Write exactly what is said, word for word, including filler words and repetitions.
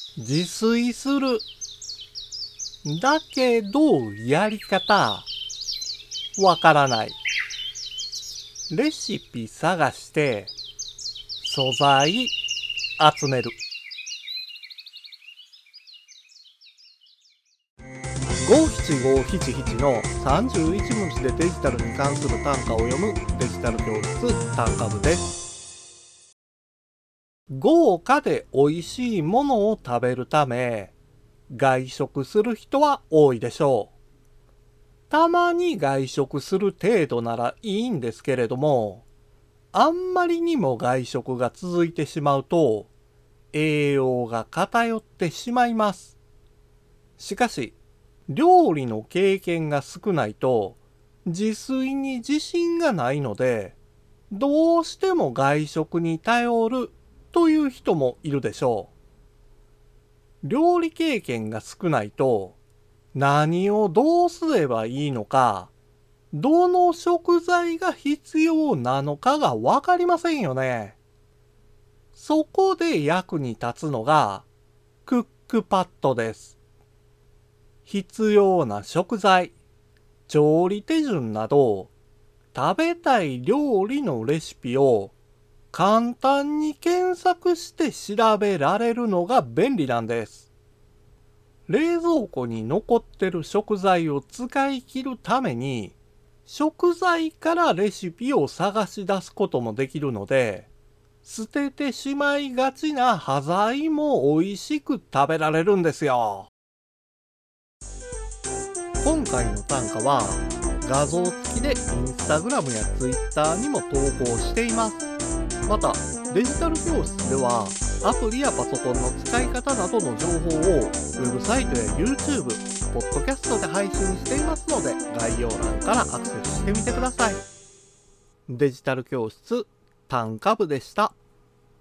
自炊する。だけど、やり方、わからない。レシピ探して、素材集める。五七五七七のさんじゅういち文字でデジタルに関する単価を読むデジタル教室単価部です。豪華で美味しいものを食べるため、外食する人は多いでしょう。たまに外食する程度ならいいんですけれども、あんまりにも外食が続いてしまうと、栄養が偏ってしまいます。しかし、料理の経験が少ないと、自炊に自信がないので、どうしても外食に頼るという人もいるでしょう。料理経験が少ないと、何をどうすればいいのか、どの食材が必要なのかがわかりませんよね。そこで役に立つのが、クックパッドです。必要な食材、調理手順など、食べたい料理のレシピを簡単に検索して調べられるのが便利なんです。冷蔵庫に残ってる食材を使い切るために、食材からレシピを探し出すこともできるので、捨ててしまいがちな端材も美味しく食べられるんですよ。今回の単価は画像付きでインスタグラムやツイッターにも投稿しています。またデジタル教室ではアプリやパソコンの使い方などの情報をウェブサイトや YouTube、ポッドキャストで配信していますので概要欄からアクセスしてみてください。デジタル教室単価部でした。